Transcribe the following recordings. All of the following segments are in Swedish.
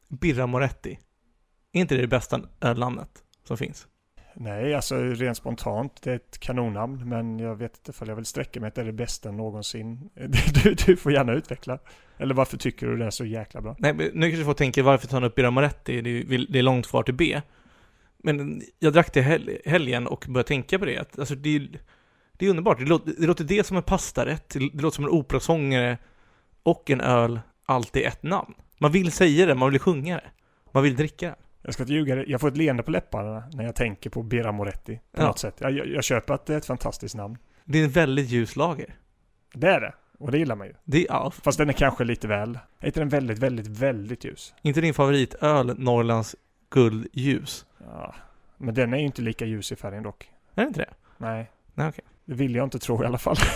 Birra Moretti. Är inte det bästa ölnamnet som finns? Nej, alltså rent spontant, det är ett kanonnamn, men jag vet inte för jag vill sträcka mig att det är det bästa någonsin. Du får gärna utveckla. Eller varför tycker du det är så jäkla bra? Nej, nu kanske du får tänka varför tar han upp Birra Moretti? Det är långt kvar till B. Men jag drack det helgen och började tänka på det. Alltså det är underbart. Det låter det som en pastarätt. Det låter som en operasångare och en öl. Allt i ett namn. Man vill säga det, man vill sjunga det. Man vill dricka det. Jag ska inte ljuga det. Jag får ett leende på läpparna när jag tänker på Birra Moretti på något sätt. Jag köper att det är ett fantastiskt namn. Det är en väldigt ljus lager. Det är det. Och det gillar man ju. Fast den är kanske lite väl. Är inte den väldigt, väldigt, väldigt ljus? Inte din favoritöl, Norrlands guldljus? Ja, men den är ju inte lika ljus i färgen dock. Är det inte det? Nej. Nej, okej. Det vill jag inte tro i alla fall.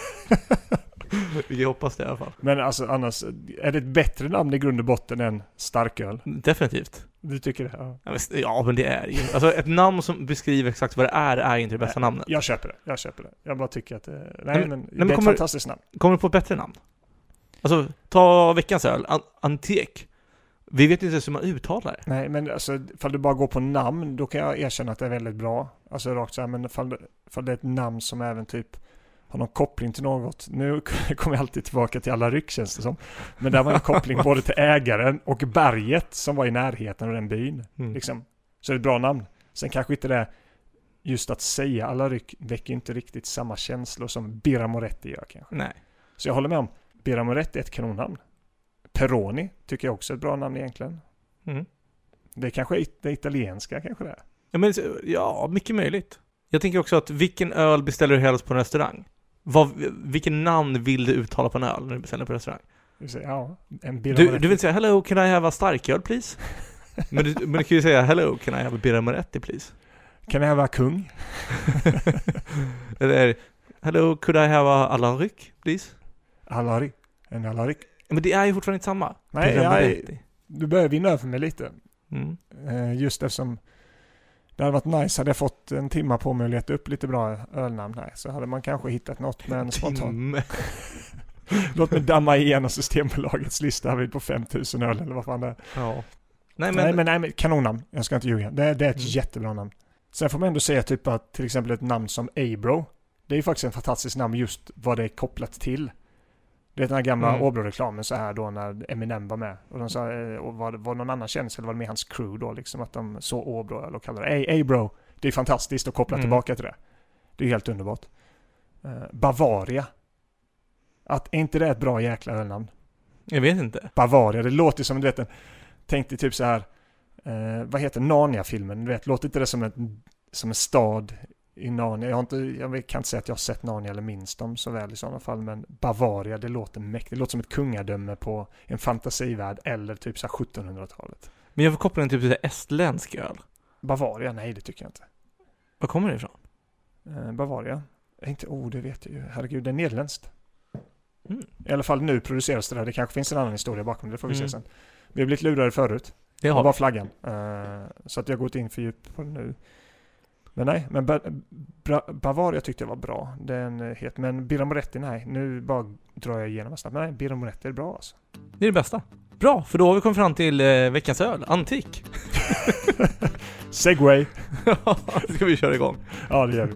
Vi hoppas det i alla fall. Men alltså annars, är det ett bättre namn i grund och botten än starköl? Definitivt. Du tycker det? Ja, men det är ju. Alltså ett namn som beskriver exakt vad det är inte det bästa namnet. Jag köper det. Jag bara tycker att det är ett fantastiskt namn. Kommer du på ett bättre namn? Alltså, ta veckans öl. Antik. Vi vet inte ens hur man uttalar det. Nej, men alltså, ifall du bara går på namn, då kan jag erkänna att det är väldigt bra. Alltså rakt så här, men ifall det är ett namn som även typ har någon koppling till något. Nu kommer jag alltid tillbaka till alla ryck, känns det som. Men där var en koppling både till ägaren och berget som var i närheten av den byn. Liksom. Så det är ett bra namn. Sen kanske inte det, just att säga alla ryck väcker inte riktigt samma känslor som Birra Moretti gör kanske. Nej. Så jag håller med om, Birra Moretti är ett kanonnamn. Peroni tycker jag också är ett bra namn egentligen. Det är kanske det italienska kanske det är. Ja, mycket möjligt. Jag tänker också att vilken öl beställer du helst på en restaurang? Vilken namn vill du uttala på en öl när du beställer på en restaurang? Du vill säga hello, can I have a starköl please? men du kan ju säga hello, can I have a Birra Moretti please? Can I have a kung? Eller hello, could I have a Alaric please? En Alaric. Men det är ju fortfarande inte samma. Nej, du börjar vinna över mig lite. Just eftersom det hade varit nice, hade jag fått en timme på mig att leta upp lite bra ölnamn här, så hade man kanske hittat något, men spontant. Låt mig damma igenom Systembolagets lista här på 5000 öl eller vad fan det är. Ja. Nej, men kanonnamn. Jag ska inte ljuga. Det är ett jättebra namn. Sen får man ändå säga typ att till exempel ett namn som Abro, det är ju faktiskt en fantastisk namn just vad det är kopplat till. Det är den här gamla Åbro-reklamen så här då när Eminem var med. Och de sa, och var någon annan kändis eller var det med hans crew då liksom, att de så Åbro eller kallade det. Hey bro, det är fantastiskt att koppla tillbaka till det. Det är helt underbart. Bavaria. Är inte det ett bra jäkla ölnamn? Jag vet inte. Bavaria, det låter som du vet, tänkte typ så här, vad heter Narnia-filmen? Du vet, låter inte det som en stad i Narnia? Jag kan inte säga att jag har sett Narnia eller minst dem så väl i sådana fall, men Bavaria, det låter mäktigt. Det låter som ett kungadöme på en fantasivärld eller typ så här 1700-talet. Men jag får koppla den typ till estländsk öl. Bavaria? Nej, det tycker jag inte. Var kommer det ifrån? Bavaria? Det vet jag ju. Herregud, det är nederländskt. I alla fall nu produceras det där. Det kanske finns en annan historia bakom det får vi se sen. Vi har blivit lurade förut. Det var flaggan. Så att jag har gått in för djup på det nu. Men nej, men Bavaria tyckte jag var bra. Men Birra Moretti, nej. Nu bara drar jag igenom snabbt. Men nej, Birra Moretti är bra alltså. Det är det bästa. Bra, för då har vi kommit fram till veckans öl. Antik. Segway. Ska vi köra igång? Ja, det gör vi.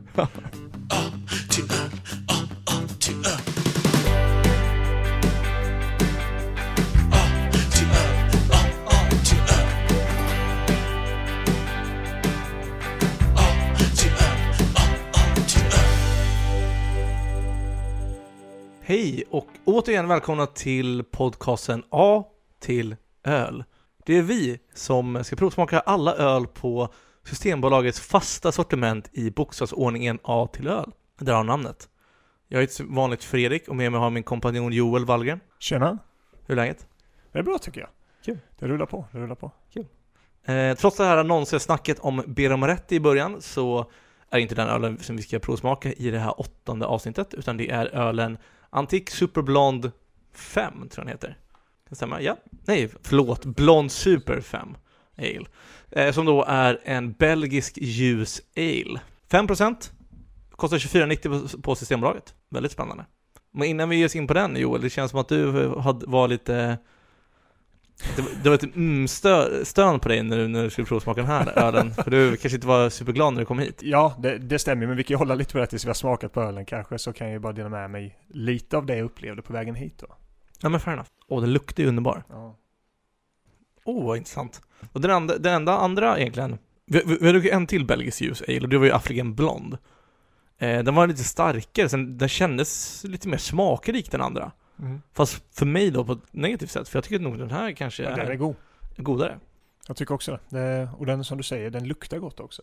Hej och återigen välkomna till podcasten A till öl. Det är vi som ska provsmaka alla öl på Systembolagets fasta sortiment i bokstavsordningen A till öl. Där har namnet. Jag är ett vanligt Fredrik och med mig har min kompanjon Joel Wallgren. Tjena. Hur är läget? Det är bra tycker jag. Kul. Det rullar på. Kul. Trots det här annonssnacket om Birra Moretti i början så är inte den ölen som vi ska provsmaka i det här 8:e avsnittet, utan det är ölen Antik Super Blond 5 tror jag den heter. Kan det stämma? Ja. Nej, förlåt. Blond Super 5 Ale. Som då är en belgisk ljus ale. 5%. Kostar 24,90 på Systembolaget. Väldigt spännande. Men innan vi ger oss in på den, Joel, det känns som att du var lite Det var ett stön på dig när du skulle provsmaka den här ölen. För du kanske inte var superglad när du kom hit. Ja, det stämmer. Men vi kan ju hålla lite på det tills vi har smakat på ölen kanske. Så kan jag ju bara dela med mig lite av det jag upplevde på vägen hit då. Ja, men fair enough. Den luktar ju underbar. Ja. Vad intressant. Och den enda andra egentligen. Vi har druckit en till belgisk ljus ale och det var ju African Blonde. Den var lite starkare, sen den kändes lite mer smakrik den andra. Fast för mig då på ett negativt sätt, för jag tycker nog den här kanske är god. Godare. Jag tycker också det. Och den som du säger, den luktar gott också.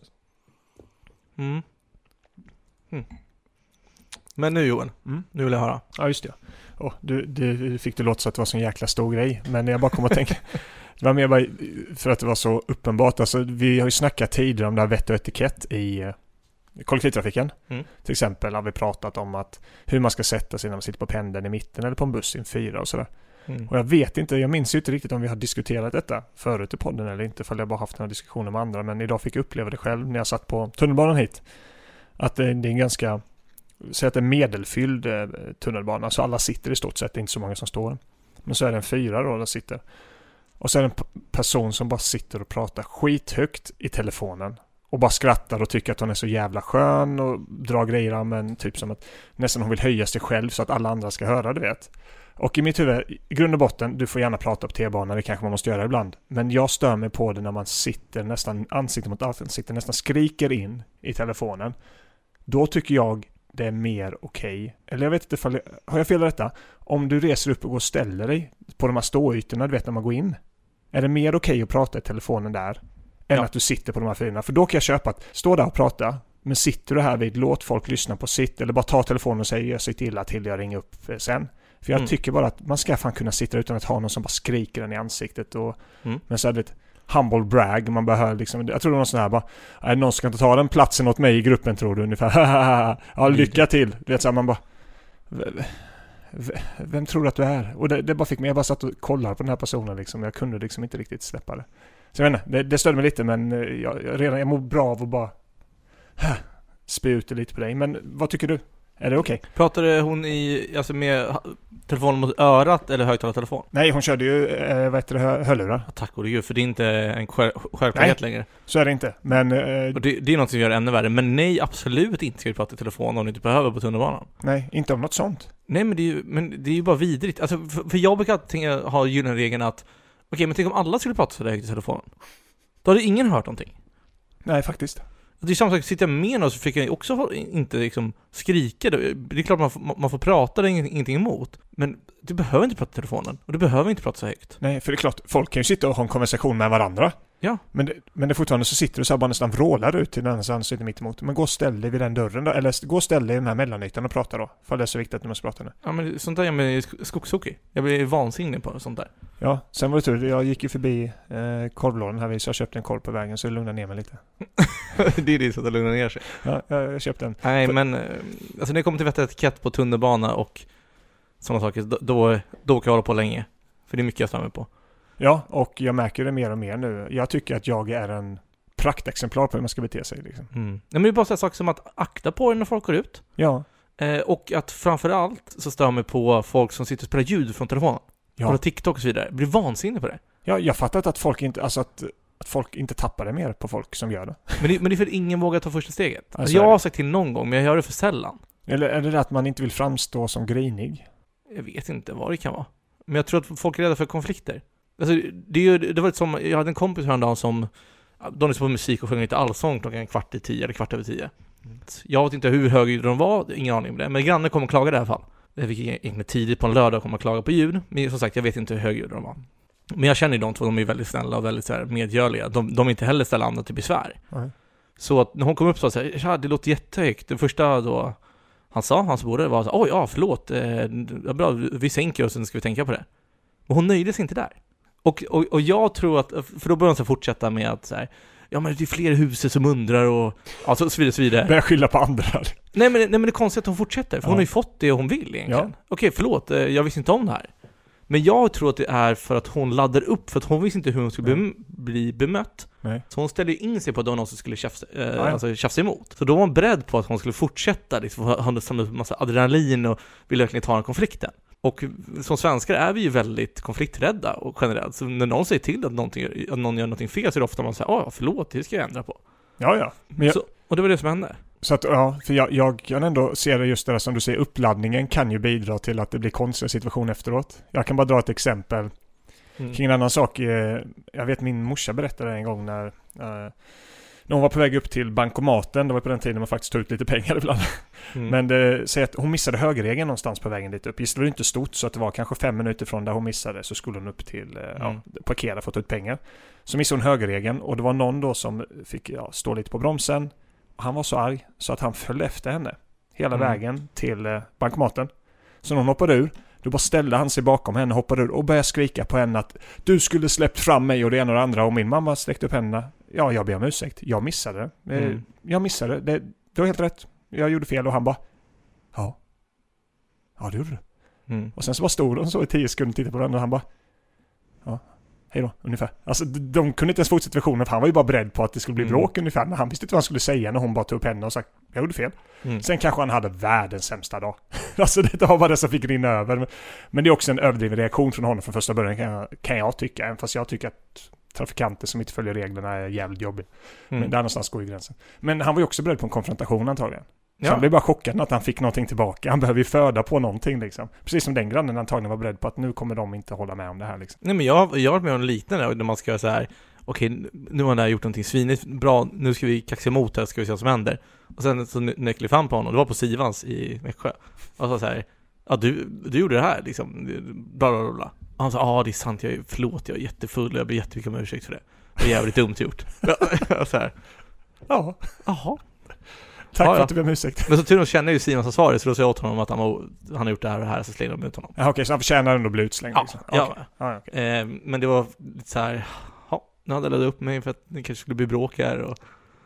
Men nu Johan, nu vill jag höra. Ja, just det. Du fick det låta så att det var så en jäkla stor grej. Men jag bara kom att tänka, det var mer bara för att det var så uppenbart. Alltså, vi har ju snackat tidigare om det här vett och etikett i kollektivtrafiken. Till exempel har vi pratat om att hur man ska sätta sig när man sitter på pendeln i mitten eller på en buss i en 4 och sådär. Och jag minns ju inte riktigt om vi har diskuterat detta förut i podden eller inte, för jag bara haft den här diskussionen med andra, men idag fick jag uppleva det själv när jag satt på tunnelbanan hit. Att det är en ganska, säg att det är medelfylld tunnelbana, så alla sitter i stort sett, det är inte så många som står. Men så är det en 4 då där sitter. Och så är det en person som bara sitter och pratar skithögt i telefonen. Och bara skrattar och tycker att hon är så jävla skön och drar grejer, men typ som att nästan hon vill höja sig själv så att alla andra ska höra, du vet. Och i mitt huvud, i grund och botten, du får gärna prata på T-banan, det kanske man måste göra ibland. Men jag stör mig på det när man sitter nästan ansikte mot ansikte, nästan skriker in i telefonen. Då tycker jag det är mer okej. Eller jag vet inte, har jag fel i detta? Om du reser upp och går och ställer dig på de här ståytorna, du vet när man går in. Är det mer okej att prata i telefonen där än att du sitter på de här 4? För då kan jag köpa att stå där och prata. Men sitter du här vid, låt folk lyssna på sitt, eller bara ta telefonen och säga gör sig illa till jag ringer upp sen. För jag tycker bara att man ska fan kunna sitta utan att ha någon som bara skriker den i ansiktet. Men så är det ett humble brag. Man bara hör liksom, jag tror det var någon sån här bara, är det någon som kan ta den platsen åt mig i gruppen, tror du ungefär. Ja, lycka till. Du vet så här, man bara, vem tror du att du är? Och det bara fick mig, jag bara satt och kollade på den här personen liksom. Jag kunde liksom inte riktigt släppa det. Så jag vet inte, det störde mig lite, men jag mår bra av att bara spy ut det lite på dig. Men vad tycker du? Är det okej? Pratade hon med telefonen mot örat eller högtalartelefon? Nej, hon körde ju hörlurar. Tack och gud, för det är inte en självklarhet längre. Så är det inte. Men, och det är något som gör det ännu värre. Men nej, absolut inte ska vi prata i telefon om du inte behöver på tunnelbanan. Nej, inte om något sånt. Nej, men det är ju bara vidrigt. Alltså, för jag brukar ha gyllene regeln att okej, men tänk om alla skulle prata så där högt i telefonen. Då hade ingen hört någonting. Nej, faktiskt. Det är samma sak, sitter jag med och så fick jag också inte liksom skrika. Det är klart man får prata, det är ingenting emot. Men du behöver inte prata i telefonen. Och du behöver inte prata så högt. Nej, för det är klart, folk kan ju sitta och ha en konversation med varandra. Ja. Men det fortfarande så sitter du så här bara nästan vrålar ut till den som sitter mitt emot. Men gå och ställ dig vid den dörren då. Eller gå och ställ dig i den här mellanytan och prata då. För det är så viktigt att du måste prata nu. Ja, men sånt där gör mig skogshockey. Jag blir vansinnig på sånt där. Ja, sen var det tur. Jag gick ju förbi korvlådan här. Så jag köpte en korv på vägen så jag lugnade ner mig lite. Det är det så att det lugnar ner sig. Ja, jag köpte en. Nej, men alltså när det kommer till vett och etikett på tunnelbana och sådana saker, då kan jag hålla på länge. För det är mycket jag stämmer på. Ja, och jag märker det mer och mer nu. Jag tycker att jag är en praktexemplar på hur man ska bete sig. Liksom. Nej, men det är bara så saker som att akta på när folk går ut. Ja. Och att framförallt så stör mig på folk som sitter och spelar ljud från telefonen. Ja. På TikTok och så vidare. Jag blir vansinnig på det. Ja, jag fattar att folk inte, alltså att folk inte tappar det mer på folk som gör det. Men det är för att ingen vågar ta första steget. Alltså jag har sagt till någon gång, men jag gör det för sällan. Eller är det att man inte vill framstå som grinig? Jag vet inte vad det kan vara. Men jag tror att folk är rädda för konflikter. Alltså, det var som, jag hade en kompis häromdagen som de lyssnade på musik och sjöng lite allsång klockan 9:15 eller 9:15. Jag vet inte hur hög de var, ingen aning om det. Men grannen kommer att klaga i det här fall. Det fick egentligen tidigt på en lördag kommer att klaga på ljud. Men som sagt, jag vet inte hur hög de var. Men jag känner ju de två, de är väldigt snälla och väldigt så här medgörliga. De är inte heller ställa andra till besvär. Så att när hon kom upp så här, ja, det låter jättehögt. Det första då han sa, hans borde var så oj, ja, förlåt. Bra, vi sänker och sen ska vi tänka på det. Men hon nöjde sig inte där. Och jag tror att, för då börjar hon så fortsätta med att så här, ja men det är fler hus som undrar och alltså så vidare. Börjar skylla på andra. Nej men det är konstigt att hon fortsätter, för hon har ju fått det hon vill egentligen. Ja. Okej, förlåt, jag visste inte om det här. Men jag tror att det är för att hon laddar upp, för att hon visste inte hur hon skulle bli bemött. Nej. Så hon ställde in sig på att det var någon som skulle tjafsa emot. Så då var hon beredd på att hon skulle fortsätta liksom, ha en massa adrenalin och ville verkligen ta den konflikten. Och som svenskar är vi ju väldigt konflikträdda och generellt. Så när någon säger till att någon gör någonting fel så är det ofta man säger förlåt, det ska jag ändra på. Ja. Och det var det som hände. Så att, för jag kan ändå se det just det där som du säger, uppladdningen kan ju bidra till att det blir konstiga situationer efteråt. Jag kan bara dra ett exempel kring en annan sak. Jag vet min morsa berättade en gång när hon var på väg upp till bankomaten. Det var på den tiden man faktiskt tog ut lite pengar ibland. Men det säger att hon missade högerregeln någonstans på vägen dit upp. Just det var inte stort, så att det var kanske 5 minuter från där hon missade, så skulle hon upp till parkera för att ta ut pengar. Så missade hon högerregeln, och det var någon då som fick stå lite på bromsen. Han var så arg så att han följde efter henne hela vägen till bankomaten. Så när hon hoppade ur, då bara ställde han sig bakom henne, hoppade ur och började skrika på henne att du skulle släppt fram mig och det ena och det andra. Och min mamma sträckte upp henne. Ja, jag ber om ursäkt. Jag missade det. Jag missade det. Det var helt rätt. Jag gjorde fel. Och han bara, ja, det gjorde du. Och sen så bara stod de så i 10 sekunder och tittade på den och han bara, ja, hej då, ungefär. Alltså de kunde inte ens fortsätta versionen, för han var ju bara beredd på att det skulle bli bråk ungefär. Men han visste inte vad han skulle säga när hon bara tog upp henne och sagt, jag gjorde fel. Sen kanske han hade världens sämsta dag. Alltså det var bara det som fick rinna över. Men det är också en överdriven reaktion från honom från första början, kan jag tycka. Även fast jag tycker att trafikanter som inte följer reglerna är jävligt jobbig. Men där någonstans går ju gränsen. Men han var ju också beredd på en konfrontation antagligen. Så han blev bara chockad att han fick någonting tillbaka. Han behöver ju föda på någonting liksom. Precis som den grannen antagligen var beredd på att nu kommer de inte hålla med om det här liksom. Nej, men jag har varit med om en liknande när man ska göra så här: okej, nu har han gjort någonting svinigt bra, nu ska vi kaxa emot här, ska vi se vad som händer. Och sen så nycklade fan på honom, det var på Sivans i Växjö. Och så här, du gjorde det här liksom, bla bla bla. Och han sa, det är sant, förlåt, jag är jättefull och jag ber jättemycket om ursäkt för det. Det är jävligt dumt gjort. Så här. Ja. Jaha. Tack för att du ber om ursäkt. Men så tur känner ju Simon som svarade, så då sa jag åt honom att han har gjort det här och det här, så slängde de ut honom. Ja, okej, så han förtjänar ändå att bli utslängd. Ja, liksom. Okay. Men det var lite så här, nu hade jag laddat upp mig för att det kanske skulle bli bråk här och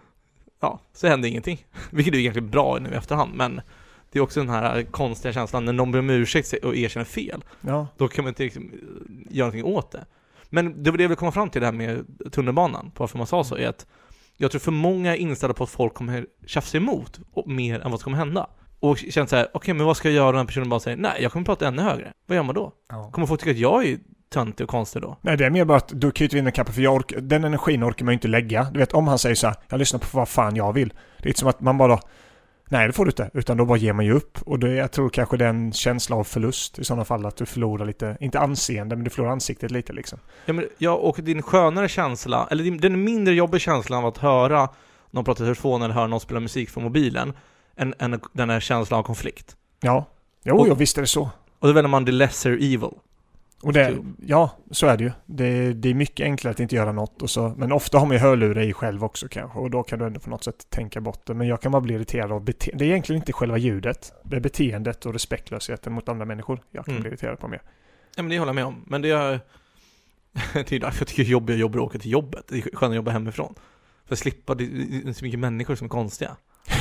så hände ingenting. Vilket är egentligen bra nu i efterhand, men det är också den här konstiga känslan när någon ber om ursäkt och erkänner fel. Ja. Då kan man inte liksom göra någonting åt det. Men det var det jag ville komma fram till, det här med tunnelbanan, på varför man sa så, är att jag tror för många är inställda på att folk kommer tjafsa emot mer än vad som kommer hända. Och känner så här, okej, men vad ska jag göra? Och den personen bara säger, nej, jag kommer prata ännu högre. Vad gör man då? Ja. Kommer folk tycka att jag är töntig och konstig då? Nej, det är mer bara att du kan ju inte vinna kampen, för den energin orkar man ju inte lägga. Du vet, om han säger så här, jag lyssnar på vad fan jag vill. Det är inte som att man bara, nej, det får du inte. Utan då bara ger man ju upp. Och jag tror kanske det är en känsla av förlust i sådana fall, att du förlorar lite, inte anseende, men du förlorar ansiktet lite liksom. Och din skönare känsla, eller den mindre jobbiga känslan av att höra någon prata i telefon eller höra någon spela musik från mobilen, än den här känslan av konflikt. Ja, jag visst är det så. Och då väljer man the lesser evil. Och så är det ju. Det är mycket enklare att inte göra något och så, men ofta har man ju hörlurar i själv också kanske, och då kan du ändå på något sätt tänka bort det. Men jag kan bara bli irriterad av det är egentligen inte själva ljudet, det är beteendet och respektlösheten mot andra människor jag kan bli irriterad på mer. Ja, men det håller jag med om. Men det är därför jag tycker jobbiga att åka till jobbet. Det är skönt att jobba hemifrån. För att slippa, det är så mycket människor som är konstiga.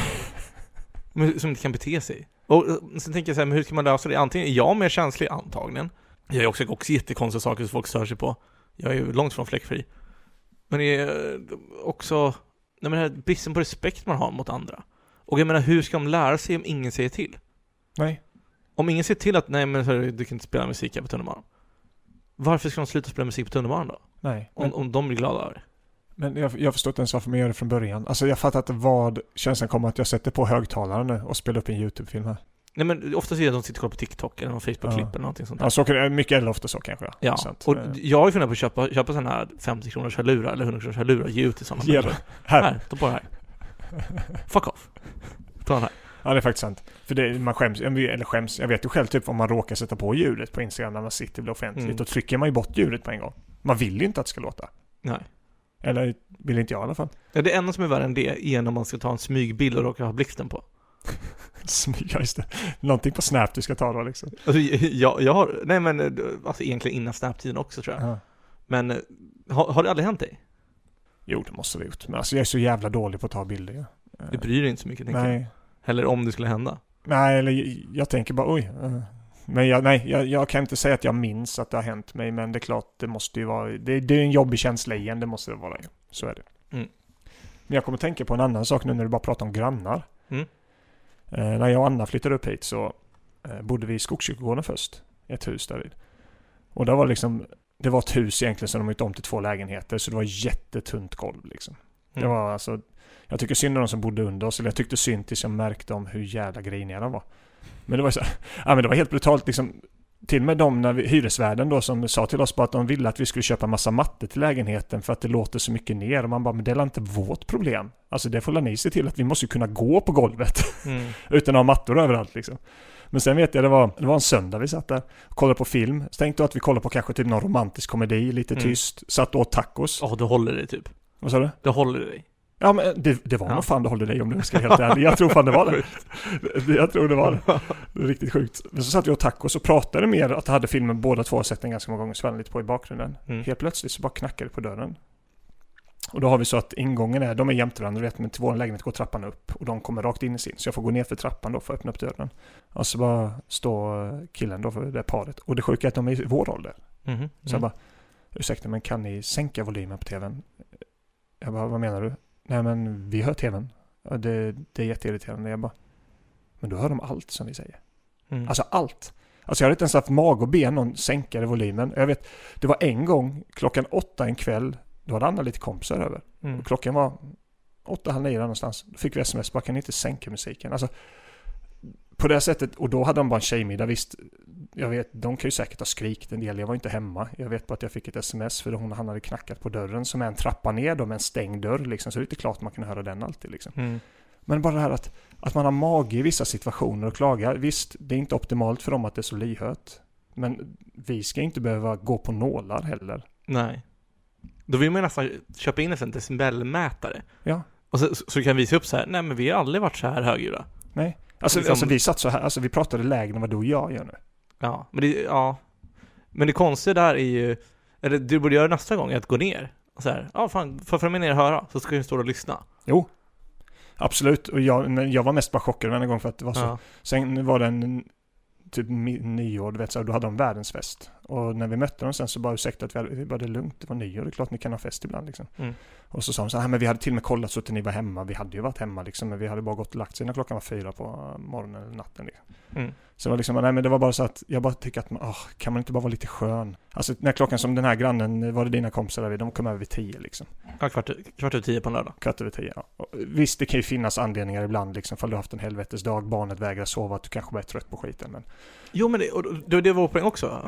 Som inte kan bete sig. Och sen tänker jag så här, men hur ska man lösa det? Antingen är jag mer känslig, antagligen. Jag är också jättekonstiga saker som folk stör sig på. Jag är ju långt från fläckfri. Men det är också den här bristen på respekt man har mot andra. Och jag menar, hur ska de lära sig om ingen säger till? Nej. Om ingen säger till att nej, men du kan inte spela musik här på tunnelbanan. Varför ska de sluta spela musik på tunnelbanan då? Nej. Om de blir glada av det. Men jag förstår inte ens varför man gör det från början. Alltså jag fattar inte vad känslan kommer att jag sätter på högtalaren nu och spelar upp en YouTube-film här. Nej, men ofta ser jag att de sitter och kollar på TikTok eller någon Facebook-klipp eller någonting sånt där. Ja, så kan det, mycket eller ofta så kanske. Ja, och jag har ju funderat på att köpa sådana här 50 kronors hörlurar eller 100 kronors hörlurar och ge ut till sådana människor. Här, ta på det här. Fuck off. Ta den här. Ja, det är faktiskt sant. För man skäms. Jag vet ju själv typ om man råkar sätta på ljudet på Instagram när man sitter offentligt. Då trycker man ju bort ljudet på en gång. Man vill ju inte att det ska låta. Nej. Eller vill inte jag i alla fall. Ja, det enda som är värre än det är när man ska ta en smygbild och råkar ha blixten på. Smyga, just det. Någonting på Snap du ska ta då liksom. Alltså, jag har, nej men alltså egentligen innan Snap-tiden också tror jag. Uh-huh. Men har det aldrig hänt dig? Jo, det måste det ha gjort. Men alltså jag är så jävla dålig på att ta bilder. Ja. Du bryr dig inte så mycket, tänker jag. Eller om det skulle hända. Nej, eller jag tänker bara oj. Men jag kan inte säga att jag minns att det har hänt mig, men det är klart, det måste ju vara, det är en jobbig känsla igen, det måste det vara. Så är det. Men jag kommer tänka på en annan sak nu när du bara pratar om grannar. När jag och Anna flyttade upp hit så bodde vi i Skogskyrkogården först. ett hus där vid. Och där var liksom, det var ett hus egentligen som de gjort om till 2 lägenheter, så det var jättetunt golv liksom. Det var alltså, jag tycker synd om de som bodde under oss, eller jag tyckte synd tills jag märkte om hur jävla griniga de var. Men det var så här, ja men det var helt brutalt liksom. Till och med de hyresvärden då som sa till oss bara att de ville att vi skulle köpa massa mattor till lägenheten för att det låter så mycket ner. Och man bara, men det är inte vårt problem. Alltså det får ni se till att vi måste kunna gå på golvet utan att ha mattor överallt liksom. Men sen vet jag, det var en söndag vi satt där och kollade på film. Så tänkte jag att vi kollade på kanske typ någon romantisk komedi, lite tyst. Satt och åt tacos. Då håller det typ. Vad sa du? Det håller dig. Ja, men det var nog fan det håller dig om du ska helt ärlig. Jag tror fan det var det. Jag tror det var det. Det är riktigt sjukt. Men så satt vi och tacos och pratade mer att det hade filmen båda två sett en ganska många gånger, Sven lite på i bakgrunden. Helt plötsligt så bara knackade det på dörren. Och då har vi så att ingången är, de är jämte varandra, vet, men till vår lägenhet går trappan upp och de kommer rakt in i sin. Så jag får gå ner för trappan då för att öppna upp dörren. Och så bara står killen då för det paret. Och det sjuka är att de är i vår ålder. Så jag bara, ursäkta men kan ni sänka volymen på tvn? Jag bara, vad menar du? Nej men vi hör tvn. Det är jätteirriterande. Jag bara, men då hör de allt som vi säger. Alltså allt. Alltså jag hade inte ens haft mag och be någon sänka volymen. Jag vet, det var en gång klockan 8 en kväll. Då hade Anna lite kompisar över. Och klockan var 8:30 någonstans. Då fick vi sms, bara kan ni inte sänka musiken? Alltså på det sättet, och då hade de bara en tjejmiddag. Visst, jag vet, de kan ju säkert ha skrikit en del. Jag var inte hemma. Jag vet bara att jag fick ett sms för han hade knackat på dörren som är en trappa ner då med en stängd dörr liksom. Så det är inte klart att man kan höra den alltid liksom. Men bara det här att man har mage i vissa situationer och klagar. Visst, det är inte optimalt för dem att det är så lyhört. Men vi ska inte behöva gå på nålar heller. Nej. Då vill man nästan köpa in en decibelmätare. Ja. Och så kan vi visa upp så här, nej men vi har aldrig varit så här högljudda. Nej. Alltså vi satt så här, alltså vi pratade lägre än vad du och jag gör nu. Ja, men det konstiga där är ju, eller du borde göra nästa gång, att gå ner. Och så här, fan, för mig ner och höra, så ska vi stå och lyssna. Jo, absolut. Och jag var mest bara chockad en gång för att det var så. Sen var det en typ nyår, du vet, så då hade de världens fest. Och när vi mötte dem sen så bara ursäkta att vi bara, det är lugnt, det var nyår, det är klart ni kan ha fest ibland liksom. Och så sa de så här, men vi hade till och med kollat så att ni var hemma. Vi hade ju varit hemma liksom, men vi hade bara gått och lagt sig när klockan var 4 på morgonen eller natten liksom. Så det var liksom, nej men det var bara så att jag bara tycker att kan man inte bara vara lite skön? Alltså när klockan som den här grannen, var det dina kompisar där, de kom över vid 10 liksom. Ja, kvart över 10 på en lördag. Kvart över 10, ja. Och visst, det kan ju finnas anledningar ibland liksom, för du har haft en helvetes dag, barnet vägrar sova, att du kanske bara är trött på skiten, men... Jo, men det var poäng också.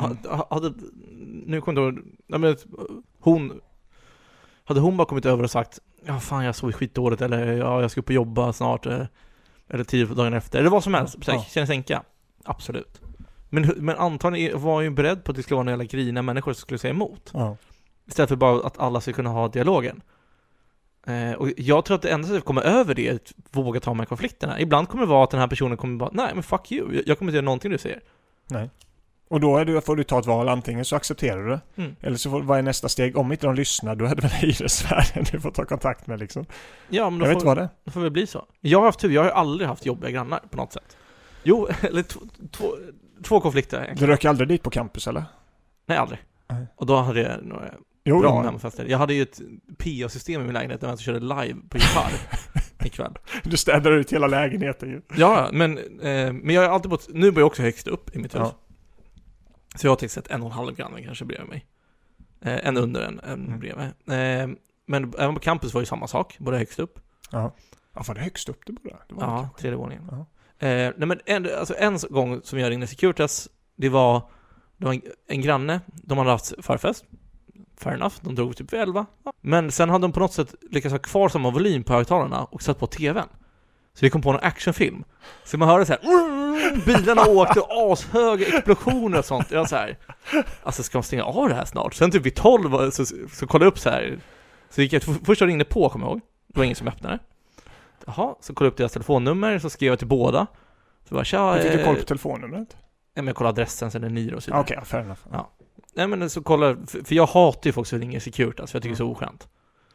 Nu kom då, hade hon bara kommit över och sagt, ja fan jag sov skitdåligt, eller ja jag ska upp och jobba snart, eller 10 dagar efter, eller vad som helst, känner sänka. Absolut. Men antagligen var ju beredd på att det skulle vara några grina människor som skulle säga emot. Istället för bara att alla ska kunna ha dialogen. Och jag tror att det enda sättet att komma över det är att våga ta med konflikterna. Ibland kommer det vara att den här personen kommer bara, nej men fuck you, jag kommer inte göra någonting du säger. Nej. Och då får du ta ett val, antingen så accepterar du det, eller så vad är nästa steg? Om inte de lyssnar, då är det väl hyresvärden du får ta kontakt med liksom. Ja, men då får det bli så. Jag har haft tur, jag har aldrig haft jobbiga grannar på något sätt. Jo, eller två konflikter egentligen. Du röker aldrig dit på campus, eller? Nej, aldrig. Och då hade jag några bra hemfester. Jag hade ju ett PA-system i min lägenhet där jag körde live på gitarr ikväll. Du städar ut hela lägenheten ju. Ja, men jag har alltid bott, nu bor jag också högst upp i mitt hus. Ja. Så jag har sett 1,5 grannar kanske bredvid mig. En under, en bredvid. Men även på campus var ju samma sak, både högst upp. Ja, var det högst upp det bara? Det var ja, 3:e våningen. Ja. Nej, men en gång som jag ringde Securitas, det var en granne, de hade haft förfest. Fair enough, de drog typ 11. Men sen hade de på något sätt lyckats ha kvar samma volym på högtalarna och satt på tvn. Så vi kom på en actionfilm. Så man hörde så här, bilarna åkte och ashöga explosioner och sånt. Jag så här, alltså ska man stänga av det här snart? Sen typ vid 12 så kollade jag upp så här. Så gick jag först och ringde på, kommer jag ihåg. Det var ingen som öppnade. Jaha, så kollade jag upp deras telefonnummer, så skrev jag till båda. Så bara, tja. Fick du kolla på telefonnumret? Nej, men jag kollade adressen, sen är det Niro och så vidare. Okej, fair enough. Ja. Nej, men så kolla, för jag hatar ju folk som ringer Securitas, för jag tycker det är så oskönt.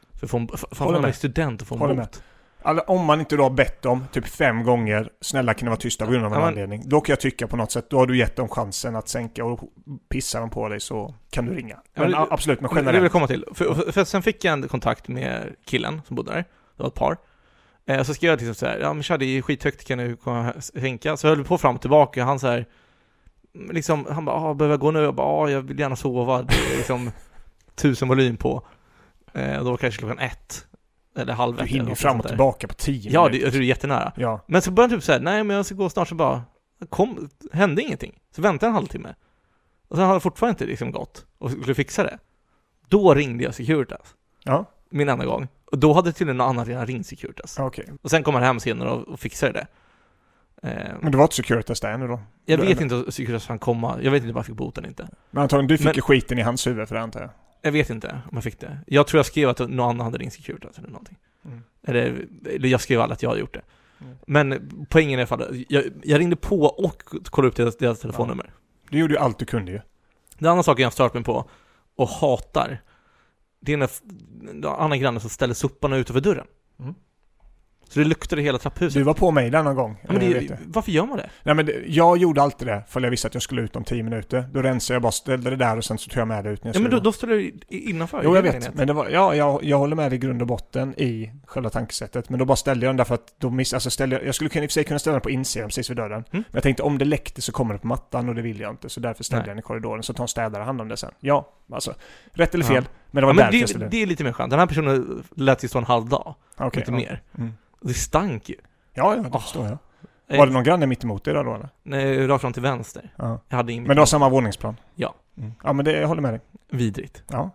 För man är student och får en bot. Alltså, om man inte då har bett dem typ 5 gånger, snälla kan det vara tysta på grund av en anledning. Då kan jag tycka på något sätt, då har du gett dem chansen att sänka, och pissar de på dig så kan du ringa. Men absolut, men generellt. Det vill jag komma till. För sen fick jag en kontakt med killen som bodde där. Det var ett par. Så skrev jag liksom så här, ja men tja, det är skithögt, kan du komma sänka? Så höll vi på fram och tillbaka, han så här, liksom, han bara, behöver jag gå nu? Jag bara, jag vill gärna sova. Det är liksom 1000 volym på. Då var kanske klockan 1 eller halv 1. Du hinner fram och tillbaka på 10 Ja, minuter. jag tror det är jättenära. Ja. Men så började han typ säga, nej men jag ska gå snart, så bara hände ingenting. Så väntade jag en halvtimme. Och sen hade det fortfarande inte liksom gått och skulle fixa det. Då ringde jag Securitas. Ja. Min enda gång. Och då hade tydligen någon annan redan ringt Securitas. Okay. Och sen kom han hem senare och fixade det. Men det var inte Securitas där nu då? Jag vet inte om Securitas kan komma. Jag vet inte om jag fick boten inte. Men antagligen, du fick ju skiten i hans huvud för det, antar jag. Jag vet inte om jag fick det. Jag tror jag skrev att någon annan hade ringt Securitas eller någonting. Eller jag skrev alla att jag hade gjort det. Men poängen är i alla fall, jag ringde på och kollade upp deras telefonnummer. Ja. Du gjorde ju allt du kunde ju. Den andra saken jag stört mig på och hatar, det är när andra grannen som ställer soporna utanför dörren. Så det luktade hela trapphuset. Du var på mig där någon gång. Ja, men varför gör man det? Nej, men jag gjorde alltid det för jag visste att jag skulle ut om 10 minuter. Då rensade jag bara, ställde det där och sen så tog jag med det ut när jag men då ställer du innanför. Jo, jag vet. Men det var, jag håller med i grund och botten i själva tankesättet. Men då bara ställde jag den därför att jag skulle i och för sig kunna ställa den på insidan precis vid dörren. Men jag tänkte om det läckte så kommer det på mattan och det vill jag inte. Så därför ställde jag den i korridoren. Så tar en städare hand om det sen. Ja, alltså. Rätt eller fel. Men det var därför jag ställde. Det är lite mer skönt. Den här personen lät ju stå en halv dag. Okay, lite mer. Det stank ju. Ja, det förstår jag. Var det någon granne mitt emot dig då eller? Nej, rakt fram till vänster. Ja. Jag hade men du har samma våningsplan? Ja. Ja, men jag håller med dig. Vidrigt. Ja.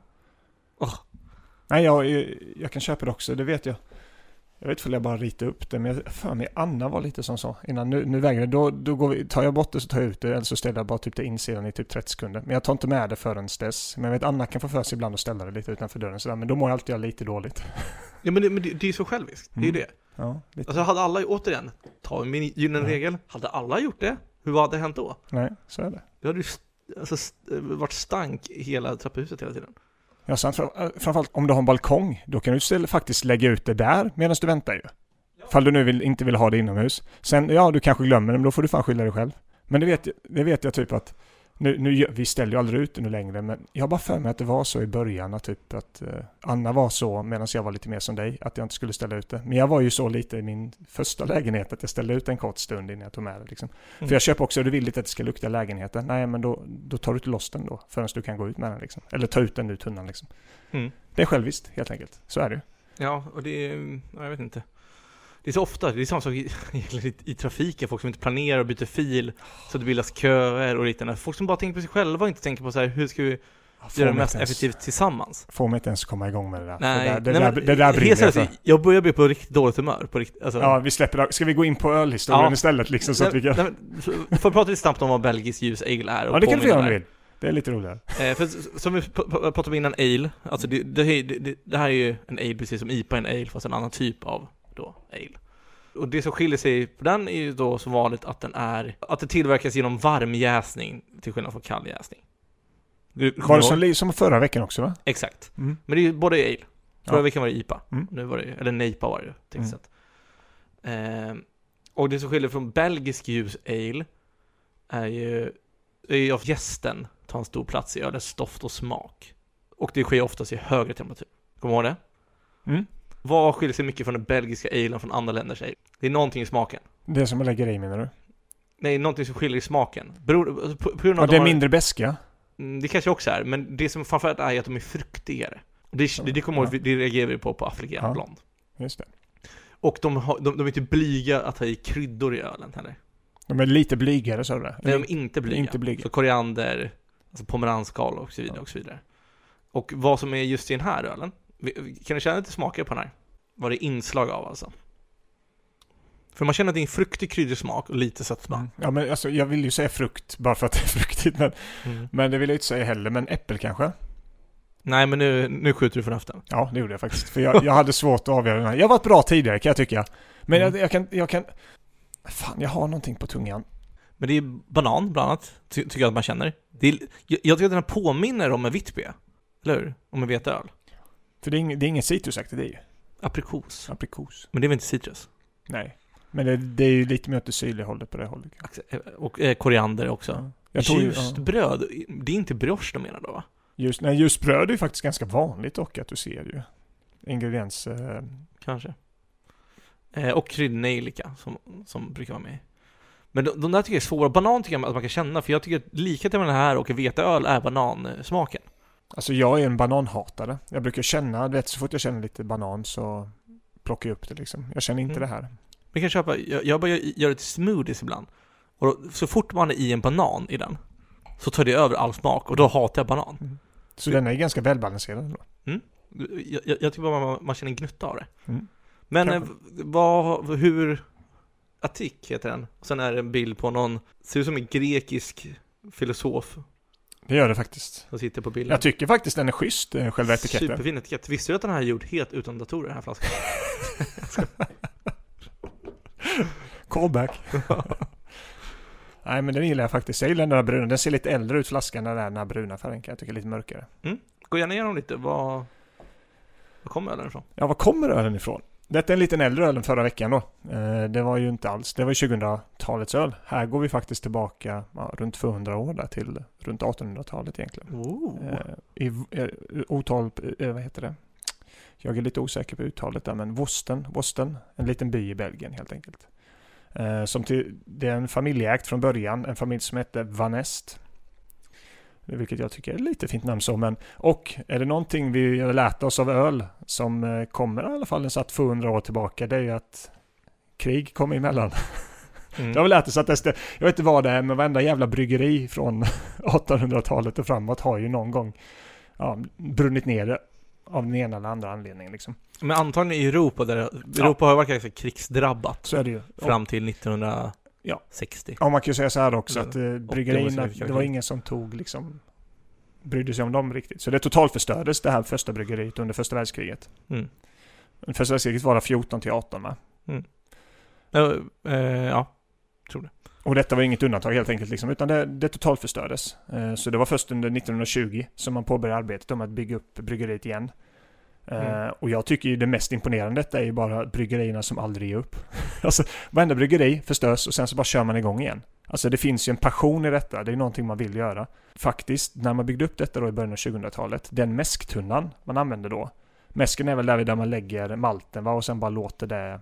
Nej, jag kan köpa det också, det vet jag. Jag vet inte om jag bara ritar upp det, men för mig Anna var lite som så. Innan nu väger det, då tar jag bort det så tar jag ut det, eller så ställer jag bara typ det insidan i typ 30 sekunder. Men jag tar inte med det förrän dess. Men jag vet Anna kan få för sig ibland att ställa det lite utanför dörren sådär, men då mår jag alltid lite dåligt. Ja, men det är ju så själviskt, det är ju det. Ja, alltså hade alla, återigen, ta min gyllene regel, hade alla gjort det, hur hade det hänt då? Nej, så är det. Det hade ju varit stank i hela trapphuset hela tiden. Ja, sen framförallt om du har en balkong, då kan du faktiskt lägga ut det där medan du väntar ju. Fall du nu inte vill ha det inomhus. Sen, du kanske glömmer det, men då får du fan skylla dig själv. Men det vet jag typ att vi ställer ju aldrig ut det nu längre, men jag har bara för mig att det var så i början att Anna var så medan jag var lite mer som dig, att jag inte skulle ställa ut det. Men jag var ju så lite i min första lägenhet att jag ställde ut en kort stund innan jag tog med det liksom. För jag köper också, du vill inte att det ska lukta lägenheten. Nej, men då tar du inte loss den då förrän du kan gå ut med den liksom. Eller ta ut den ur tunnan liksom. Det är själviskt helt enkelt. Så är det. Ja, och det är, jag vet inte. Det är så ofta, det är samma sak i trafiken, folk som inte planerar och byter fil så det bildas köer och liknande. Folk som bara tänker på sig själva och inte tänker på så här, hur ska vi göra det mest effektivt tillsammans. Får mig inte ens komma igång med det där. Nej, det där brinner jag för. Jag börjar bli på riktigt dåligt humör. Alltså. Ja, vi släpper det. Ska vi gå in på ölhistorien istället? Liksom, så att vi kan... Får prata lite snabbt om vad belgisk ljus ale är. Och ja, det kan vi göra om vi vill. Det är lite roligare. För som vi pratade om innan ale, alltså det här är ju en ale precis som IPA är en ale, fast en annan typ av då ale. Och det som skiljer sig på den är ju då som vanligt att det tillverkas genom varm jäsning till skillnad från kall jäsning. Var det som förra veckan också, va? Exakt. Men det är ju både ale. Förra veckan var det IPA. Nu var det, eller NEIPA var det tänkt och det som skiljer från belgisk ljus ale är ju att jästen tar en stor plats i ölets doft och smak. Och det sker oftast i högre temperatur. Kommer du ihåg det? Vad skiljer sig mycket från den belgiska alen från andra länders ale? Det är någonting i smaken. Det som man lägger i, menar du? Nej, någonting som skiljer i smaken. Det är mindre beska? Det kanske också är, men det som framförallt är att de är fruktigare. Det kommer det reagerar vi på Affligén Blond. Just det. Och de är inte blyga att ha i kryddor i ölen heller. De är lite blygare, så det. Nej, de är inte blyga. Så koriander, alltså pomeranskal och så vidare och så vidare. Och vad som är just i den här ölen, kan du känna lite smaker på den här? Vad det är inslag av alltså. För man känner att det är en fruktig kryddig smak och lite sötma. Ja, men alltså, jag vill ju säga frukt bara för att det är fruktigt, men det vill jag inte säga heller. Men äppel kanske? Nej, men nu skjuter du från höften. Ja, det gjorde jag faktiskt. För jag hade svårt att avgöra den här. Jag har varit bra tidigare, kan jag tycka. Men jag kan... Fan, jag har någonting på tungan. Men det är banan, bland annat, tycker jag att man känner. Jag tycker att den här påminner om en Vitby, eller hur? Om en veteöl. För det är ingen citrusaktigt, det är ju. Aprikos. Aprikos. Men det är väl inte citrus? Nej. Men det är ju lite mer åt det syrliga hållet på det hållet. Och koriander också. Ja. Ljust bröd, det är inte brioche de menar då, va? Just bröd är ju faktiskt ganska vanligt och att du ser ju ingrediens... Kanske. Och kryddnejlika som brukar vara med. Men de där tycker jag är svåra. Banan tycker jag att man kan känna, för jag tycker att likheten med den här och veteöl är banansmaken. Alltså jag är en bananhatare. Jag brukar känna, så fort jag känner lite banan så plockar jag upp det liksom. Jag känner inte det här. Vi kan köpa, jag bara gör det till smoothies ibland. Och då, så fort man är i en banan i den, så tar det över all smak, och då hatar jag banan. Mm. Så den är ganska välbalanserad då? Jag tycker bara man känner en gnutta av det. Mm. Men hur... Attik heter den. Och sen är det en bild på någon, ser ut som en grekisk filosof. Det gör det faktiskt. Som sitter på bilden. Jag tycker faktiskt den är schysst, själva etiketten. Superfin etikett. Visste du att den här är gjord helt utan datorer, den här flaskan? Callback. Nej, men den gillar jag faktiskt. Jag gillar den där bruna. Den ser lite äldre ut, flaskan, när den här bruna färgen. Jag tycker lite mörkare. Gå gärna igenom lite. Var kommer ölen ifrån? Ja, var kommer ölen ifrån? Detta är en liten äldre öl än förra veckan då. Det var ju inte alls. Det var 2000-talets öl. Här går vi faktiskt tillbaka runt 200 år där till runt 1800-talet egentligen. Vad heter det? Jag är lite osäker på uttalet där, men Vosten, en liten by i Belgien helt enkelt. Det är en familjeägt från början, en familj som heter Van Est. Vilket jag tycker är lite fint namn så, och är det någonting vi har lärt oss av öl som kommer i alla fall en satt 200 år tillbaka, det är ju att krig kommer emellan. Det har vi lärt oss att jag vet inte vad det är, men varenda jävla bryggeri från 1800-talet och framåt har ju någon gång brunnit ner det av den ena eller andra anledningen liksom. Men antagligen i Europa, där Europa har varit ganska krigsdrabbat. Så är det ju. Fram till 1960. Ja, man kan ju säga så här också, att bryggerierna, det var ingen som brydde sig om dem riktigt. Så det totalförstördes, det här första bryggeriet under första världskriget. Första världskriget var 14 till 18, va? Ja, tror det. Och detta var inget undantag helt enkelt liksom, utan det totalförstördes. Så det var först under 1920 som man påbörjade arbetet om att bygga upp bryggeriet igen. Och jag tycker ju det mest imponerande detta är ju bara bryggerierna som aldrig ger upp. Alltså varenda bryggeri förstörs och sen så bara kör man igång igen. Alltså det finns ju en passion i detta, det är någonting man vill göra. Faktiskt, när man byggde upp detta då i början av 2000-talet, den mäsktunnan man använde då. Mäsken är väl där man lägger malten, va? Och sen bara låter det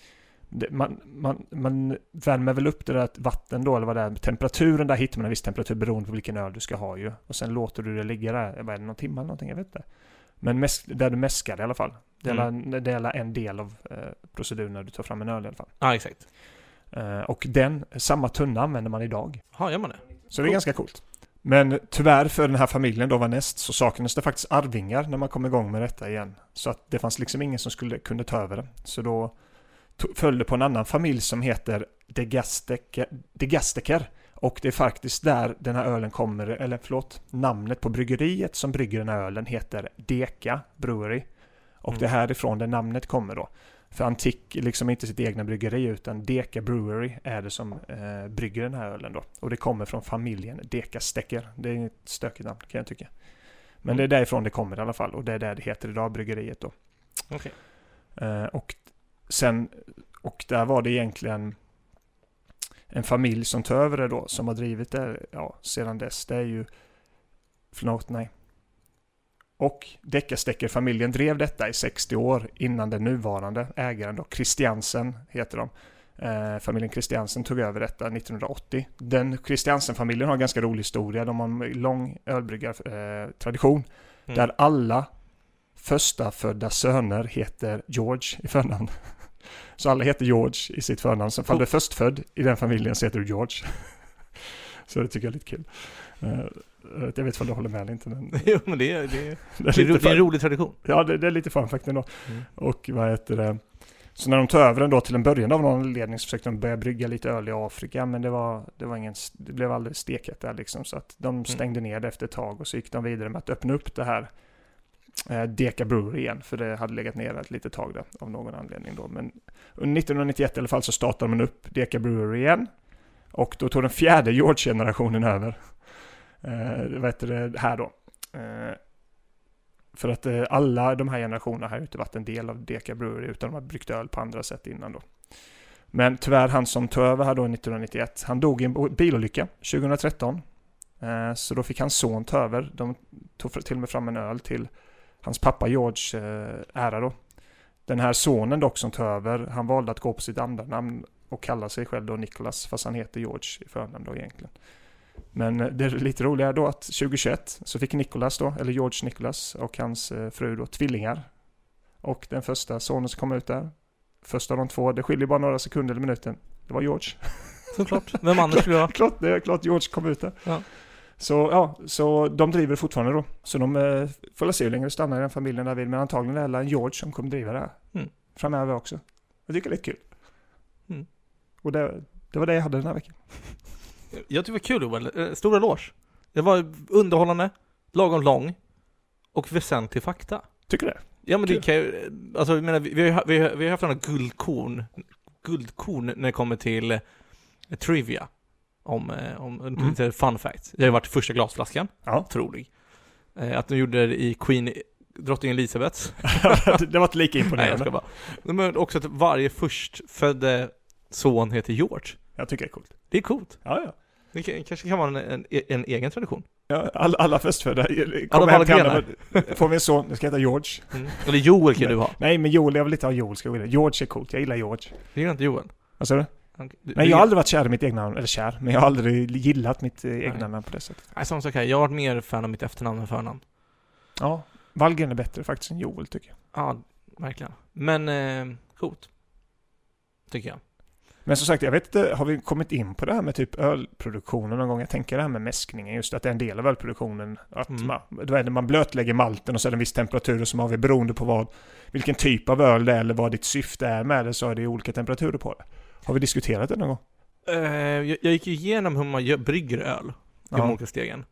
man värmer väl upp det där vatten då, eller vad det är, temperaturen där hittar man en viss temperatur beroende på vilken öl du ska ha ju. Och sen låter du det ligga där, vad är det, någon timme eller någonting, jag vet inte. Men där du mäskar i alla fall. Det är en del av proceduren när du tar fram en öl i alla fall. Ja, exakt. Och samma tunna använder man idag. Ja, gör man det? Så det är ganska coolt. Men tyvärr för den här familjen då, Van Est, så saknades det faktiskt arvingar när man kom igång med detta igen. Så att det fanns liksom ingen som kunde ta över det. Så då följde på en annan familj som heter De Gasteker. Och det är faktiskt där den här ölen kommer, namnet på bryggeriet som brygger den här ölen heter Deka Brewery. Och det är härifrån det namnet kommer då. För Antik liksom inte sitt egna bryggeri, utan Deka Brewery är det som brygger den här ölen då. Och det kommer från familjen Deka Stecker. Det är ett stökigt namn kan jag tycka. Men det är därifrån det kommer i alla fall. Och det är där det heter idag, bryggeriet då. Okej. Och där var det egentligen en familj som tar över det då, som har drivit det sedan dess. Det är ju Och Deckastecker-familjen drev detta i 60 år innan den nuvarande ägaren då, Christiansen heter de. Familjen Christiansen tog över detta 1980. Den Christiansen-familjen har en ganska rolig historia. De har en lång ölbryggartradition där alla första födda söner heter George i förnamn. Så alla heter George i sitt förnamn. Så fall du är förstfödd i den familjen så heter du George. Så det tycker jag är lite kul. Jag vet vad du håller med eller inte. Men jo, men det är en rolig tradition. Ja, det är lite fun fact ändå. Och vad heter det? Så när de tog över den då till en början av någon anledning så försökte de börja brygga lite öl i Afrika. Men det blev alldeles steket där liksom. Så att de stängde ner det efter ett tag och så gick de vidare med att öppna upp det här Deka Brewery igen, för det hade legat ner ett litet tag där av någon anledning då. Men under 1991 i alla fall så startade man upp Deka Brewery igen och då tog den fjärde George-generationen över. Vad heter det här då? För att alla de här generationerna har ju inte varit en del av Deka Brewery utan de har bryggt öl på andra sätt innan då. Men tyvärr han som tog över här då 1991, han dog i en bilolycka 2013. Så då fick hans son ta över. De tog till och med fram en öl till hans pappa George ära då. Den här sonen dock som tog över, han valde att gå på sitt andra namn och kallar sig själv då Nicholas, fast han heter George i förnamn då egentligen. Men det är lite roligare då att 2021 så fick Nicholas då, eller George Nicholas och hans fru då tvillingar. Och den första sonen som kom ut där, första av de två, det skiljer bara några sekunder eller minuter, det var George. Såklart. Vem annars skulle jag? Det är klart George kom ut där. Ja. Så de driver fortfarande då. Så de får se hur länge det stannar i den familjen där vid. Men antagligen är det en George som kommer driva det här. Framöver också. Jag tycker det är lite kul. Och det var det jag hade den här veckan. Jag tycker det var kul. Stor eloge. Det var underhållande, lagom lång och väsentlig fakta. Tycker du det? Ja, men det kan ju, alltså jag menar, vi har haft några guldkorn när det kommer till trivia om fun facts. Det har ju varit första glasflaskan. Ja. Otrolig. Att de gjorde det i drottning Elisabeth. Det var inte lika imponerande. Nej, jag ska bara. Men också att varje förstfödde son heter George. Jag tycker det är coolt. Det är coolt. Ja. Det kanske kan vara en egen tradition. Ja, alla förstfödda får vi en son, det ska heta George. Eller Joel kan du ha. Nej, men Joel, jag vill inte ha Joel. George är coolt, jag gillar George. Det gillar inte Joel. Vad sa du? Nej, jag har aldrig varit kär i mitt egna namn, eller kär, men jag har aldrig gillat mitt egna namn på det sättet. Nej, samma sak här. Jag har varit mer fan av mitt efternamn än förnamn. Ja, Wallgren är bättre faktiskt än Joel tycker jag. Ja, verkligen. Men coolt. Tycker jag. Men som sagt, jag vet inte, har vi kommit in på det här med typ ölproduktionen någon gång? Jag tänker det här med mäskningen, just att det är en del av ölproduktionen. Att då är det man blötlägger malten och så är det en viss temperatur som har vi beroende på vilken typ av öl det är eller vad ditt syfte är med det, så är det olika temperaturer på det. Har vi diskuterat det någon gång? Jag gick igenom hur man brygger öl i de olika stegen.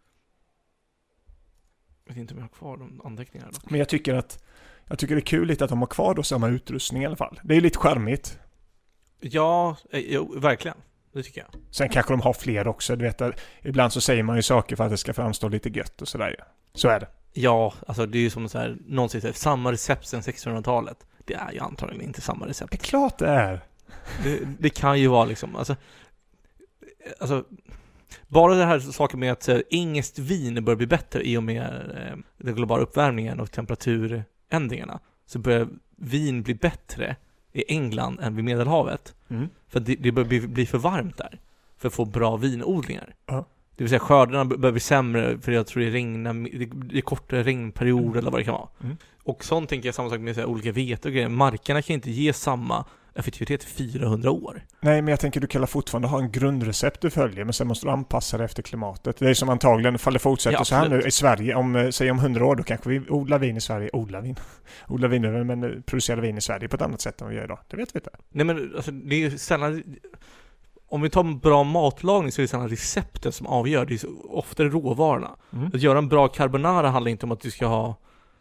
Jag vet inte om jag har kvar de anteckningarna dock. Men jag tycker det är kul lite att de har kvar då samma utrustning i alla fall. Det är ju lite charmigt. Ja, verkligen. Det tycker jag. Sen kanske de har fler också. Du vet, ibland så säger man ju saker för att det ska framstå lite gött och sådär. Så är det. Ja, alltså det är ju som så här, någon säger samma recept sedan 1600-talet. Det är ju antagligen inte samma recept. Det är klart det är. Det kan ju vara liksom, alltså bara det här saken med att engelskt vin börjar bli bättre i och med den globala uppvärmningen och temperaturändringarna, så börjar vin bli bättre i England än vid Medelhavet. För det börjar bli för varmt där för att få bra vinodlingar. Det vill säga skördarna börjar bli sämre för jag tror det är kortare regnperiod eller vad det kan vara. Och sånt tänker jag samma sak med så här, olika vete och grejer. Markerna kan inte ge samma effektivitet i 400 år. Nej, men jag tänker du kan fortfarande ha en grundrecept du följer, men sen måste du anpassa det efter klimatet. Det är som antagligen, ifall det fortsätter så här nu i Sverige, om 100 år, då kanske vi odlar vin i Sverige. Odlar vin, men producerar vin i Sverige på ett annat sätt än vi gör idag. Det vet vi inte. Nej, men alltså, det är ju sällan, om vi tar en bra matlagning så är det sällan receptet som avgör. Det är så ofta råvarorna. Att göra en bra carbonara handlar inte om att du ska ha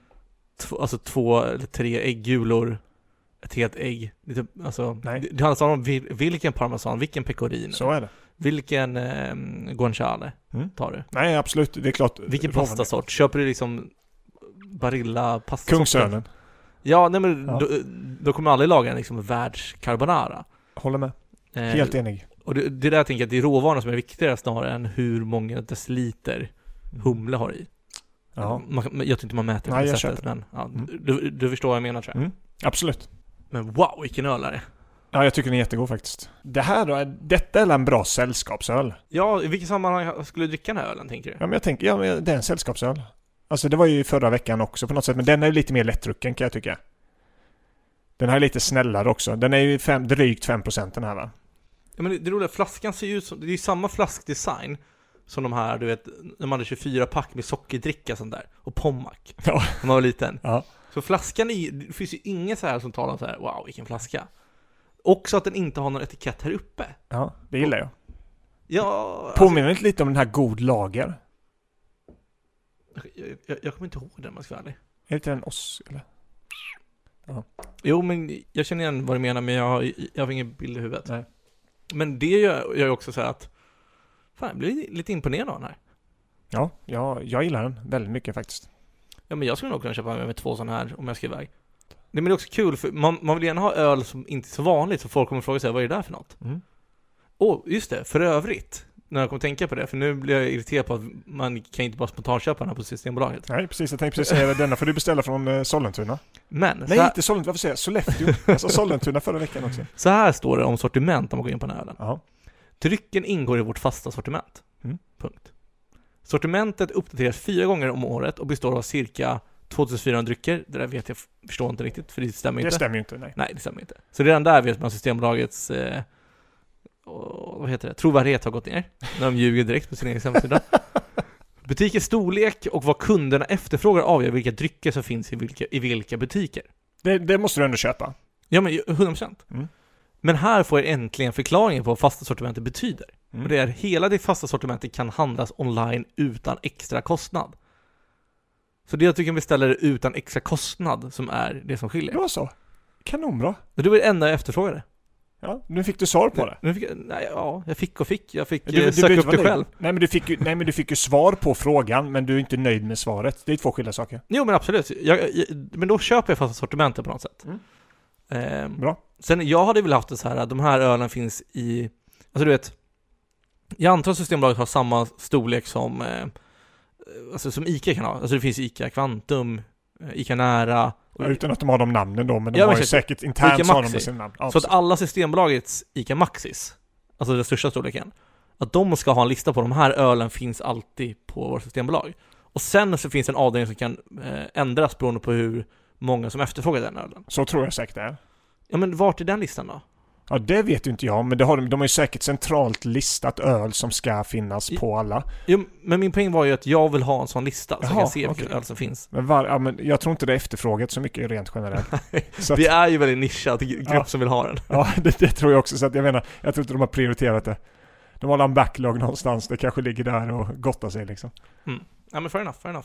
2 eller 3 äggulor, ett helt ägg. Det handlar om vilken parmesan, vilken pecorino. Så är det. Vilken guanciale tar du? Nej, absolut. Det är klart. Vilken pastasort? Köper du liksom Barilla pastasort? Kungsörnen. Ja, nej, men då kommer aldrig laga en liksom världscarbonara. Håller med. Helt enig. Och det där jag tänker att det är råvarorna som är viktigare snarare än hur många deciliter humle har i. Ja. Jag tror inte man mäter på det sättet, men du förstår vad jag menar, tror jag. Absolut. Men wow, vilken öl är det? Ja, jag tycker den är jättegod faktiskt. Detta är en bra sällskapsöl. Ja, i vilket sammanhang skulle du dricka den här ölen, tänker du? Ja, men jag tänker, det är en sällskapsöl. Alltså det var ju förra veckan också på något sätt, men den är ju lite mer lättdrucken kan jag tycka. Den här är lite snällare också. Den är ju drygt 5% den här, va? Ja, men det roliga, flaskan ser ju ut som, det är ju samma flaskdesign som de här, du vet, när man hade 24-pack med sockerdricka sånt där, och Pommac. Ja. När man var liten. Ja. Så flaskan det finns ju inget så här som talar om så här, wow, vilken flaska. Också att den inte har någon etikett här uppe. Ja, det gillar jag. Ja, påminner inte lite om den här God Lager? Jag kommer inte ihåg den, man ska vara ärlig. Är det inte den oss, eller? Ja. Jo, men jag känner igen vad du menar, men jag har ingen bild i huvudet. Nej. Men det gör ju också så här att fan, jag blir lite imponerad av den här. Ja, jag gillar den väldigt mycket faktiskt. Ja, men jag skulle nog kunna köpa med 2 sådana här om jag ska iväg. Nej, men det är också kul, för man vill gärna ha öl som inte är så vanligt, så folk kommer fråga sig, vad är det där för något? Just det, för övrigt, när jag kommer tänka på det. För nu blir jag irriterad på att man kan inte bara spontanköpa den här på Systembolaget. Nej, precis. Jag tänkte precis säga denna får du beställa från Sollentuna. Men Nej, inte Sollentuna. Varför säger jag? Sollefteå. Alltså Sollentuna förra veckan också. Så här står det om sortiment om man går in på den här ölen. Ja. Drycken ingår i vårt fasta sortiment. Mm. Punkt. Sortimentet uppdateras 4 gånger om året och består av cirka 2400 drycker. Det där vet jag, förstår inte riktigt, för det stämmer inte. Det stämmer ju inte, nej. Nej, det stämmer inte. Så redan där vet man Systembolagets trovärdighet har gått ner. När de ljuger direkt på sin egen hemsida. Butikens storlek och vad kunderna efterfrågar avgör vilka drycker som finns i vilka butiker. Det måste du ändå köpa. Ja, men 100%. Mm. Men här får jag äntligen förklaringen på vad fasta sortimentet betyder. Mm. Och det är hela det fasta sortimentet kan handlas online utan extra kostnad. Så det jag tycker vi beställer utan extra kostnad som är det som skiljer. Det var så. Kanonbra. Det var det enda jag efterfrågade. Ja, nu fick du svar på det. Nu fick jag fick. Jag fick Du söka upp det själv. Nej, men du fick ju svar på frågan, men du är inte nöjd med svaret. Det är 2 skilda saker. Jo, men absolut. Men då köper jag fasta sortimentet på något sätt. Bra. Sen, jag hade väl haft det så här, de här ölen finns i... Alltså du vet, jag antar att Systembolaget har samma storlek som som ICA kan ha. Alltså det finns ICA Quantum, ICA Nära. Ja, utan att de har de namnen då, men de Ja, har ju säkert internt ICA har de Maxi. med sina namn. Ja, så att alla Systembolagets ICA Maxis, alltså den största storleken, att de ska ha en lista på de här ölen finns alltid på vårt Systembolag. Och sen så finns en avdelning som kan ändras beroende på hur många som efterfrågar den ölen. Så tror jag säkert det är. Ja, men vart är den listan då? Ja, det vet ju inte jag, men de har ju säkert centralt listat öl som ska finnas på alla. Jo, men min poäng var ju att jag vill ha en sån lista så jag Jaha, kan se vilken okej. öl som finns. Men jag tror inte det är efterfrågat så mycket rent generellt. Så Det är ju väldigt nischad grupp som vill ha den. Ja, det tror jag också. Så att jag tror inte de har prioriterat det. De har en backlog någonstans. Det kanske ligger där och gottar sig liksom. Mm. Ja, men fair enough.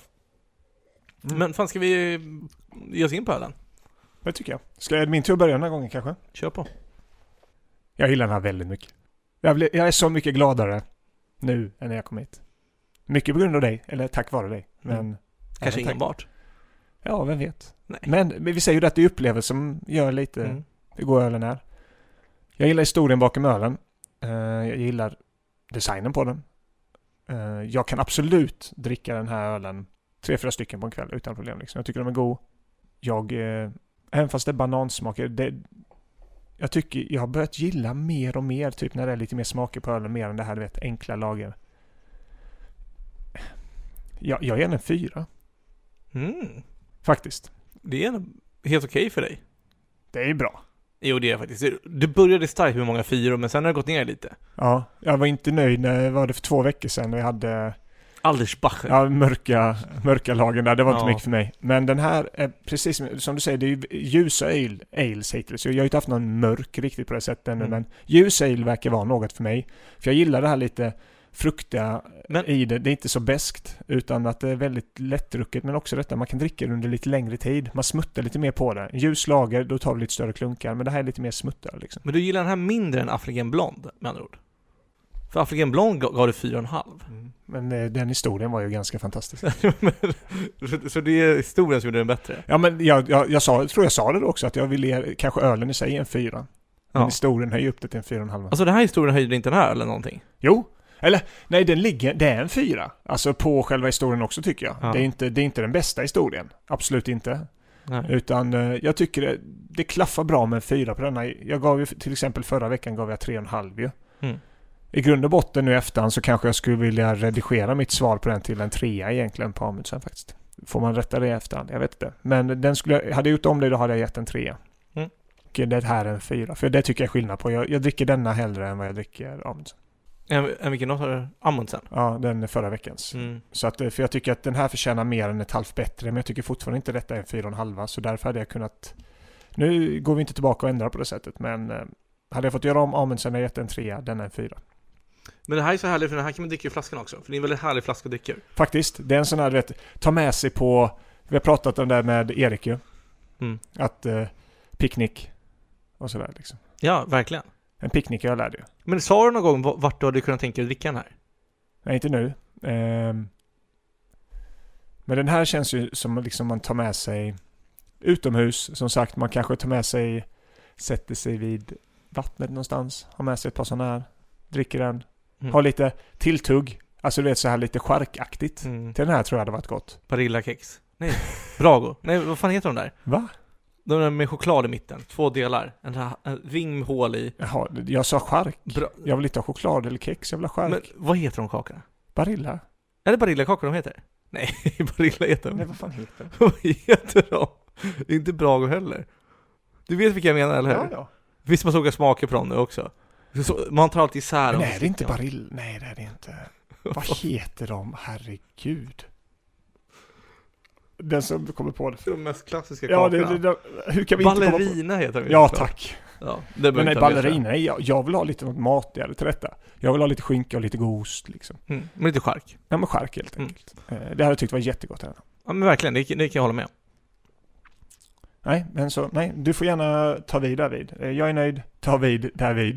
Men fan, ska vi ge oss in på ölen? Det tycker jag. Ska jag min tur börja den här gången kanske? Kör på. Jag gillar den här väldigt mycket. Jag är så mycket gladare nu än när jag kom hit. Mycket på grund av dig, eller tack vare dig. Men Kanske enbart. Ja, vem vet. Nej. Men vi säger ju att det är upplevelser som gör lite hur god ölen är. Jag gillar historien bakom ölen. Jag gillar designen på den. Jag kan absolut dricka den här ölen 3-4 stycken på en kväll utan problem. Liksom. Jag tycker de är god. Även fast det är banansmaker, jag tycker jag har börjat gilla mer och mer typ när det är lite mer smaker på ölen mer än det här, du vet, enkla lager. Jag ger den 4. Faktiskt. Det är helt okej för dig. Det är bra. Jo, det är faktiskt. Det började starkt med många 4, men sen har det gått ner lite. Ja, jag var inte nöjd när var det för 2 veckor sedan när jag hade Aldersbacher. Ja, mörka lagen där. Det var inte mycket för mig. Men den här är precis som du säger, det är ju ljusa ales hittills. Jag har ju inte haft någon mörk riktigt på det sättet ännu, men ljus ale verkar vara något för mig. För jag gillar det här lite fruktiga i det. Det är inte så beskt, utan att det är väldigt lättdrucket, men också detta, man kan dricka det under lite längre tid. Man smuttar lite mer på det. En ljus lager, då tar du lite större klunkar, men det här är lite mer smuttare liksom. Men du gillar den här mindre än African Blonde, med andra ord? För African Blonde gav det 4,5. Men den historien var ju ganska fantastisk. Så det är historien som gjorde den bättre? Ja, men jag tror jag sa det då också, att jag ville ge kanske ölen i sig en 4. Men historien höjer upp det till en 4,5. Alltså den här historien höjde inte den här eller någonting? Jo. Eller, nej, det är en 4. Alltså på själva historien också tycker jag. Ja. Det är inte den bästa historien. Absolut inte. Nej. Utan jag tycker det klaffar bra med en 4 på denna. Jag gav ju till exempel förra veckan gav jag 3,5 ju. I grund och botten nu efterhand så kanske jag skulle vilja redigera mitt svar på den till en 3 egentligen på Amundsen faktiskt. Får man rätta det i efterhand? Jag vet inte. Men hade jag gjort om det, då hade jag gett en 3. Och det här är en 4. För det tycker jag är skillnad på. Jag dricker denna hellre än vad jag dricker Amundsen. Vilken då har du? Amundsen? Ja, den är förra veckans. Så att, för jag tycker att den här förtjänar mer än ett halvt bättre. Men jag tycker fortfarande inte detta är en 4,5. Så därför hade jag kunnat... Nu går vi inte tillbaka och ändrar på det sättet. Men hade jag fått göra om Amundsen, hade jag gett en 3. Den är en 4. Men det här är så härligt, för den här kan man dricka i flaskan också. För det är en väldigt härlig flaska att dricka. Faktiskt. Det är en sån här, du vet, ta med sig på... Vi har pratat om det där med Erik ju. Att picknick och sådär liksom. Ja, verkligen. En picknick jag lärde ju. Men sa du någon gång vart du hade kunnat tänka dig att dricka den här? Nej, inte nu. Men den här känns ju som liksom man tar med sig utomhus. Som sagt, man kanske tar med sig, sätter sig vid vattnet någonstans. Har med sig ett par sådana här. Dricker den. Ha lite tilltugg. Alltså du vet så här lite charkaktigt. Till den här tror jag det varit gott. Barillakex. Nej, Brago. Nej, vad fan heter de där? Va? De där med choklad i mitten. 2 delar. En ring med hål i. Jaha, jag sa chark. Jag vill inte ha choklad eller kex, jag vill ha chark. Men vad heter de kakorna? Barilla. Är det barillakakor de heter? Nej, Barilla heter de. Nej, vad fan heter de? Vad heter de? Det är inte Brago heller. Du vet vilka jag menar, eller hur? Ja. Visst man såg smaker på dem nu också. Man tar alltid isär dem. Nej, det är inte Barilla. Nej, det är det inte. Vad heter de? Herregud. Den som kommer på det. De mest klassiska kakorna. Hur kan vi ballerina inte heter de. Ja, tack. Ja, men nej, ballerina. Jag vill ha lite något matigare till detta. Jag vill ha lite skinka och lite ost liksom. Men lite chark. Ja, men chark helt enkelt. Det hade jag tyckt var jättegott här. Ja, men verkligen. Det kan jag hålla med. Nej, du får gärna ta vid därvid. Jag är nöjd. Ta vid därvid.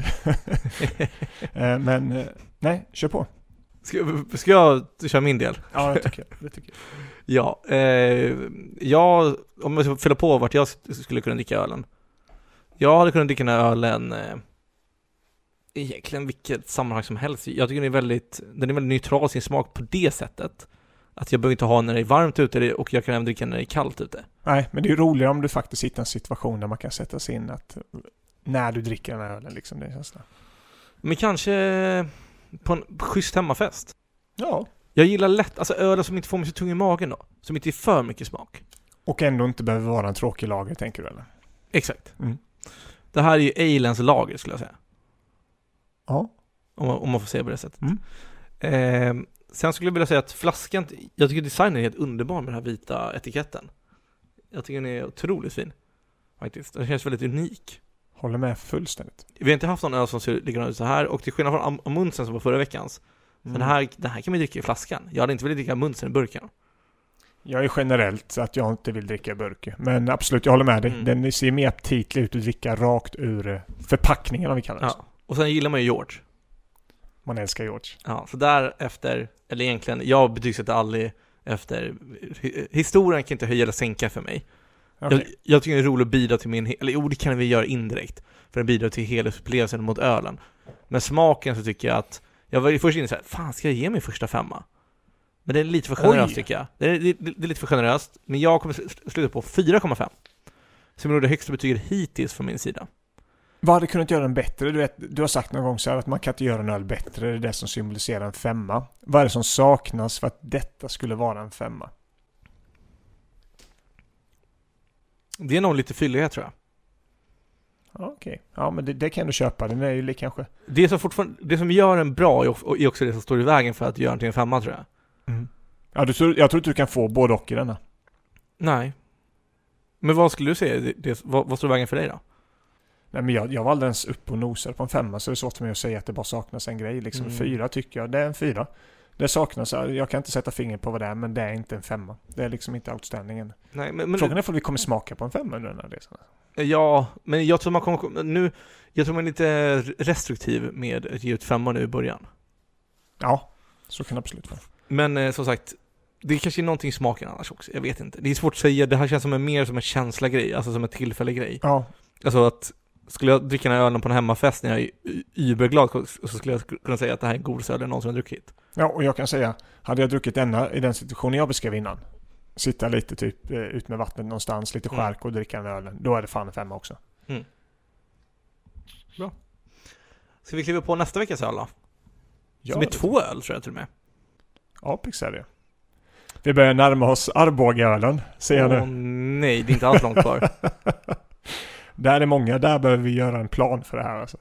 Nej, kör på. Ska jag köra min del? Ja, det tycker jag. Ja, om jag fyller på vart jag skulle kunna dricka ölen. Jag hade kunnat dricka den här ölen egentligen vilket sammanhang som helst. Jag tycker den är väldigt neutral sin smak på det sättet. Att jag behöver inte ha när det är varmt ute och jag kan även dricka när det är kallt ute. Nej, men det är ju roligare om du faktiskt hittar en situation där man kan sätta sig in att när du dricker den här ölen liksom, det känns det. Men kanske på en schysst hemmafest. Ja. Jag gillar lätt, alltså öl som inte får mig så tung i magen då. Som inte är för mycket smak. Och ändå inte behöver vara en tråkig lager, tänker du eller? Exakt. Det här är ju Alens lager skulle jag säga. Ja. Om man får säga på det sättet. Sen skulle jag vilja säga att flaskan, jag tycker designen är helt underbar med den här vita etiketten. Jag tycker den är otroligt fin. Faktiskt. Den känns väldigt unik. Håller med fullständigt. Vi har inte haft någon öl som ligger ut så här. Och till skillnad från Amundsen som var förra veckans. Den här kan man dricka i flaskan. Jag hade inte velat dricka Amundsen i burken. Jag är generellt att jag inte vill dricka i burk. Men absolut, jag håller med dig. Den ser mer aptitlig ut att dricka rakt ur förpackningen om vi kallar det så. Och sen gillar man ju George. Man älskar George. Ja, så därefter, eller egentligen, jag betygsätter aldrig efter. Historien kan inte höja eller sänka för mig. Okay. Jag tycker det är roligt att bidra till det kan vi göra indirekt. För att bidra till helhetsupplevelsen mot ölen. Men smaken så tycker jag att, jag var först inne så här, fan ska jag ge mig första 5? Men det är lite för generöst tycker jag. Det är lite för generöst. Men jag kommer sluta på 4,5. Som är det högsta betyget hittills från min sida. Vad hade kunnat göra den bättre? Du har sagt någon gång så här att man kan inte göra en öl bättre. Det är det som symboliserar en 5. Vad är det som saknas för att detta skulle vara en 5? Det är nog lite fyllighet tror jag. Okej. Ja, men det kan du köpa. Den är ju kanske. Det som gör en bra är också det som står i vägen för att göra den till en 5 tror jag. Ja, jag tror inte du kan få både och i denna. Nej. Men vad skulle du säga? Vad står i vägen för dig då? Nej, men jag var alldeles upp och nosade på en 5, så det är svårt för mig att säga att det bara saknas en grej. Liksom 4 tycker jag. Det är en 4. Det saknas, jag kan inte sätta fingret på vad det är, men det är inte en 5. Det är liksom inte outstandingen. Nej, men frågan är om vi kommer smaka på en 5 under den här resan. Ja, men jag tror man är lite restriktiv med att ge ut 5 nu i början. Ja, så kan det absolut vara. Men som sagt, det kanske är någonting i smaken annars också. Jag vet inte. Det är svårt att säga. Det här känns som mer som en känsla grej, alltså som en tillfällig grej. Ja. Alltså att skulle jag dricka den här ölen på en hemmafest när jag är überglad, så skulle jag kunna säga att det här är en god öl jag någonsin har druckit. Ja, och jag kan säga, hade jag druckit denna i den situationen jag beskrev innan, sitta lite typ ut med vattnet någonstans, lite skärk och dricka den ölen, då är det fan en 5 också. Bra. Ska vi kliva på nästa veckas öl då? Som är 2 öl tror jag till och med. Apex är det. Vi börjar närma oss Arbogaölen, ser jag nu. Nej, det är inte alls långt kvar. Där är många, där behöver vi göra en plan för det här alltså.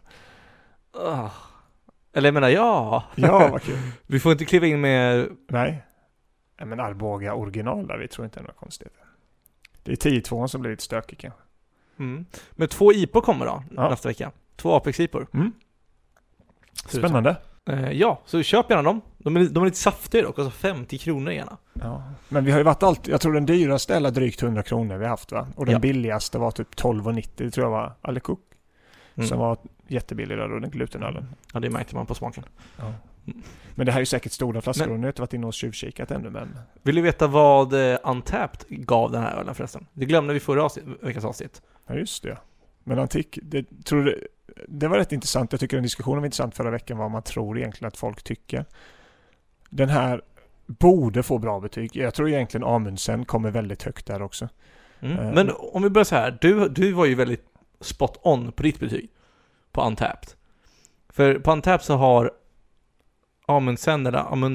Eller jag menar, ja, vad kul. Vi får inte kliva in med... Nej, men Arboga original där, vi tror inte det är något konstigt. Det är 10-2 som blir lite stökig kanske. Men 2 IPor kommer då nästa vecka. 2 Apex IPor. Spännande. Ja, så köp gärna dem. De är lite saftiga dock, alltså 50 kronor gärna. Ja, men vi har ju varit jag tror den dyraste eller drygt 100 kronor vi haft va? Och den billigaste var typ 12,90, det tror jag var Alekuk. Som var jättebillig där, och den glutenölen. Ja, det märkte man på smaken. Ja. Men det här är ju säkert stora flaskor, och nu har inte varit inne och tjuvkikat ännu. Men... Vill du veta vad Untapped gav den här ölen förresten? Det glömde vi förra veckans avsnitt. Ja, just det. Men Antik, tror du det var rätt intressant. Jag tycker den diskussionen var intressant förra veckan, vad man tror egentligen att folk tycker. Den här borde få bra betyg. Jag tror egentligen Amundsen kommer väldigt högt där också. Men om vi börjar så här, du var ju väldigt spot on på ditt betyg på Untapped. För på Untapped så har Amundsen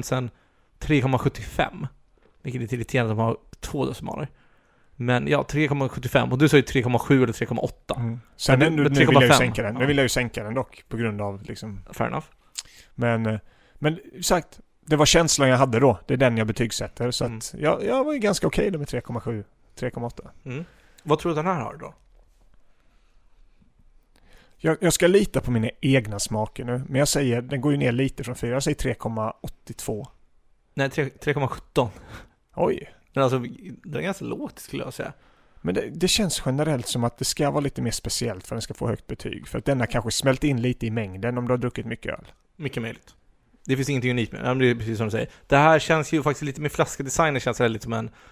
3,75. Vilket är lite irriterande att de har 2 decimaler. Men ja, 3,75. Och du sa ju 3,7 eller 3,8. Sen nu vill jag ju sänka den. Nu vill jag ju sänka den dock på grund av liksom... Fair enough. Men sagt, det var känslan jag hade då. Det är den jag betygsätter. Så att jag var ju ganska okej med 3,7, 3,8. Vad tror du den här har då? Jag ska lita på mina egna smaker nu. Men jag säger, den går ju ner lite från 4. Jag säger 3,82. Nej, 3,17. Oj. Men alltså, det är ganska lågt skulle jag säga. Men det känns generellt som att det ska vara lite mer speciellt för att den ska få högt betyg. För att den har kanske smält in lite i mängden om du har druckit mycket öl. Mycket möjligt. Det finns ingenting unikt med det. Det är precis som du säger. Det här känns ju faktiskt lite med flaskadesignen, känns det lite som en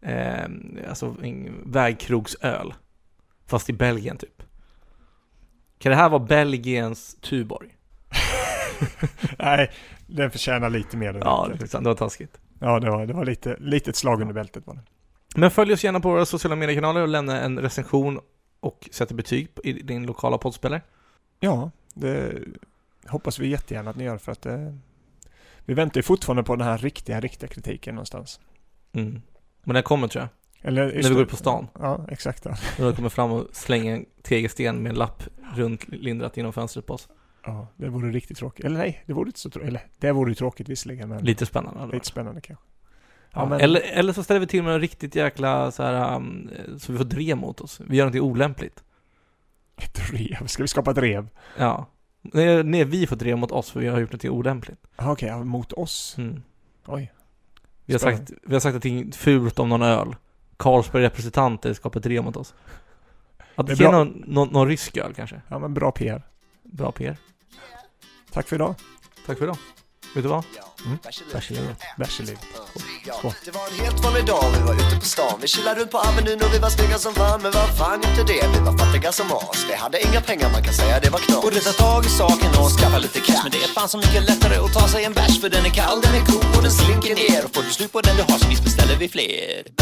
vägkrogsöl. Fast i Belgien typ. Kan det här vara Belgiens Tuborg? Nej, den förtjänar lite mer. Ja, det var taskigt. Ja, det var lite ett slag under bältet var det. Men följ oss gärna på våra sociala mediekanaler och lämna en recension och sätta betyg i din lokala poddspelare. Ja, det hoppas vi jättegärna att ni gör, för att vi väntar ju fortfarande på den här riktiga kritiken någonstans. Men den kommer, tror jag. Eller när vi går på stan. Ja, exakt. När de kommer fram och slänger en tegelsten med en lapp runt lindrat genom fönstret på oss. Ja, det vore riktigt tråkigt. Eller nej, det vore inte så tråkigt. Eller det vore ju tråkigt visserligen. Men lite spännande. Lite spännande kanske. Ja, men... eller så ställer vi till med en riktigt jäkla så här, så vi får drev mot oss. Vi gör något olämpligt. Ett drev? Ska vi skapa ett drev? Ja. Nej, vi får drev mot oss för vi har gjort något olämpligt. Okej, mot oss? Oj. Vi har sagt att det är fult om någon öl. Carlsberg representanter skapar ett drev mot oss. Att det är någon rysk öl kanske. Ja, men bra PR. Bra PR. Tack för idag. Tack för idag. Vet du vad? Bärselivet. Det var en helt vanlig dag, vi var ute på stan. Vi chillade runt på Avenyn och vi var snygga som fan. Men vad fan inte det, vi var fattiga som as. Vi hade inga pengar, man kan säga det var knas. Borde ta tag i saken och skaffa lite cash. Men det är fan så mycket lättare att ta sig en bärs. För den är kall, den är god och den slinker ner. Och får du slut på den du har så visst beställer vi fler.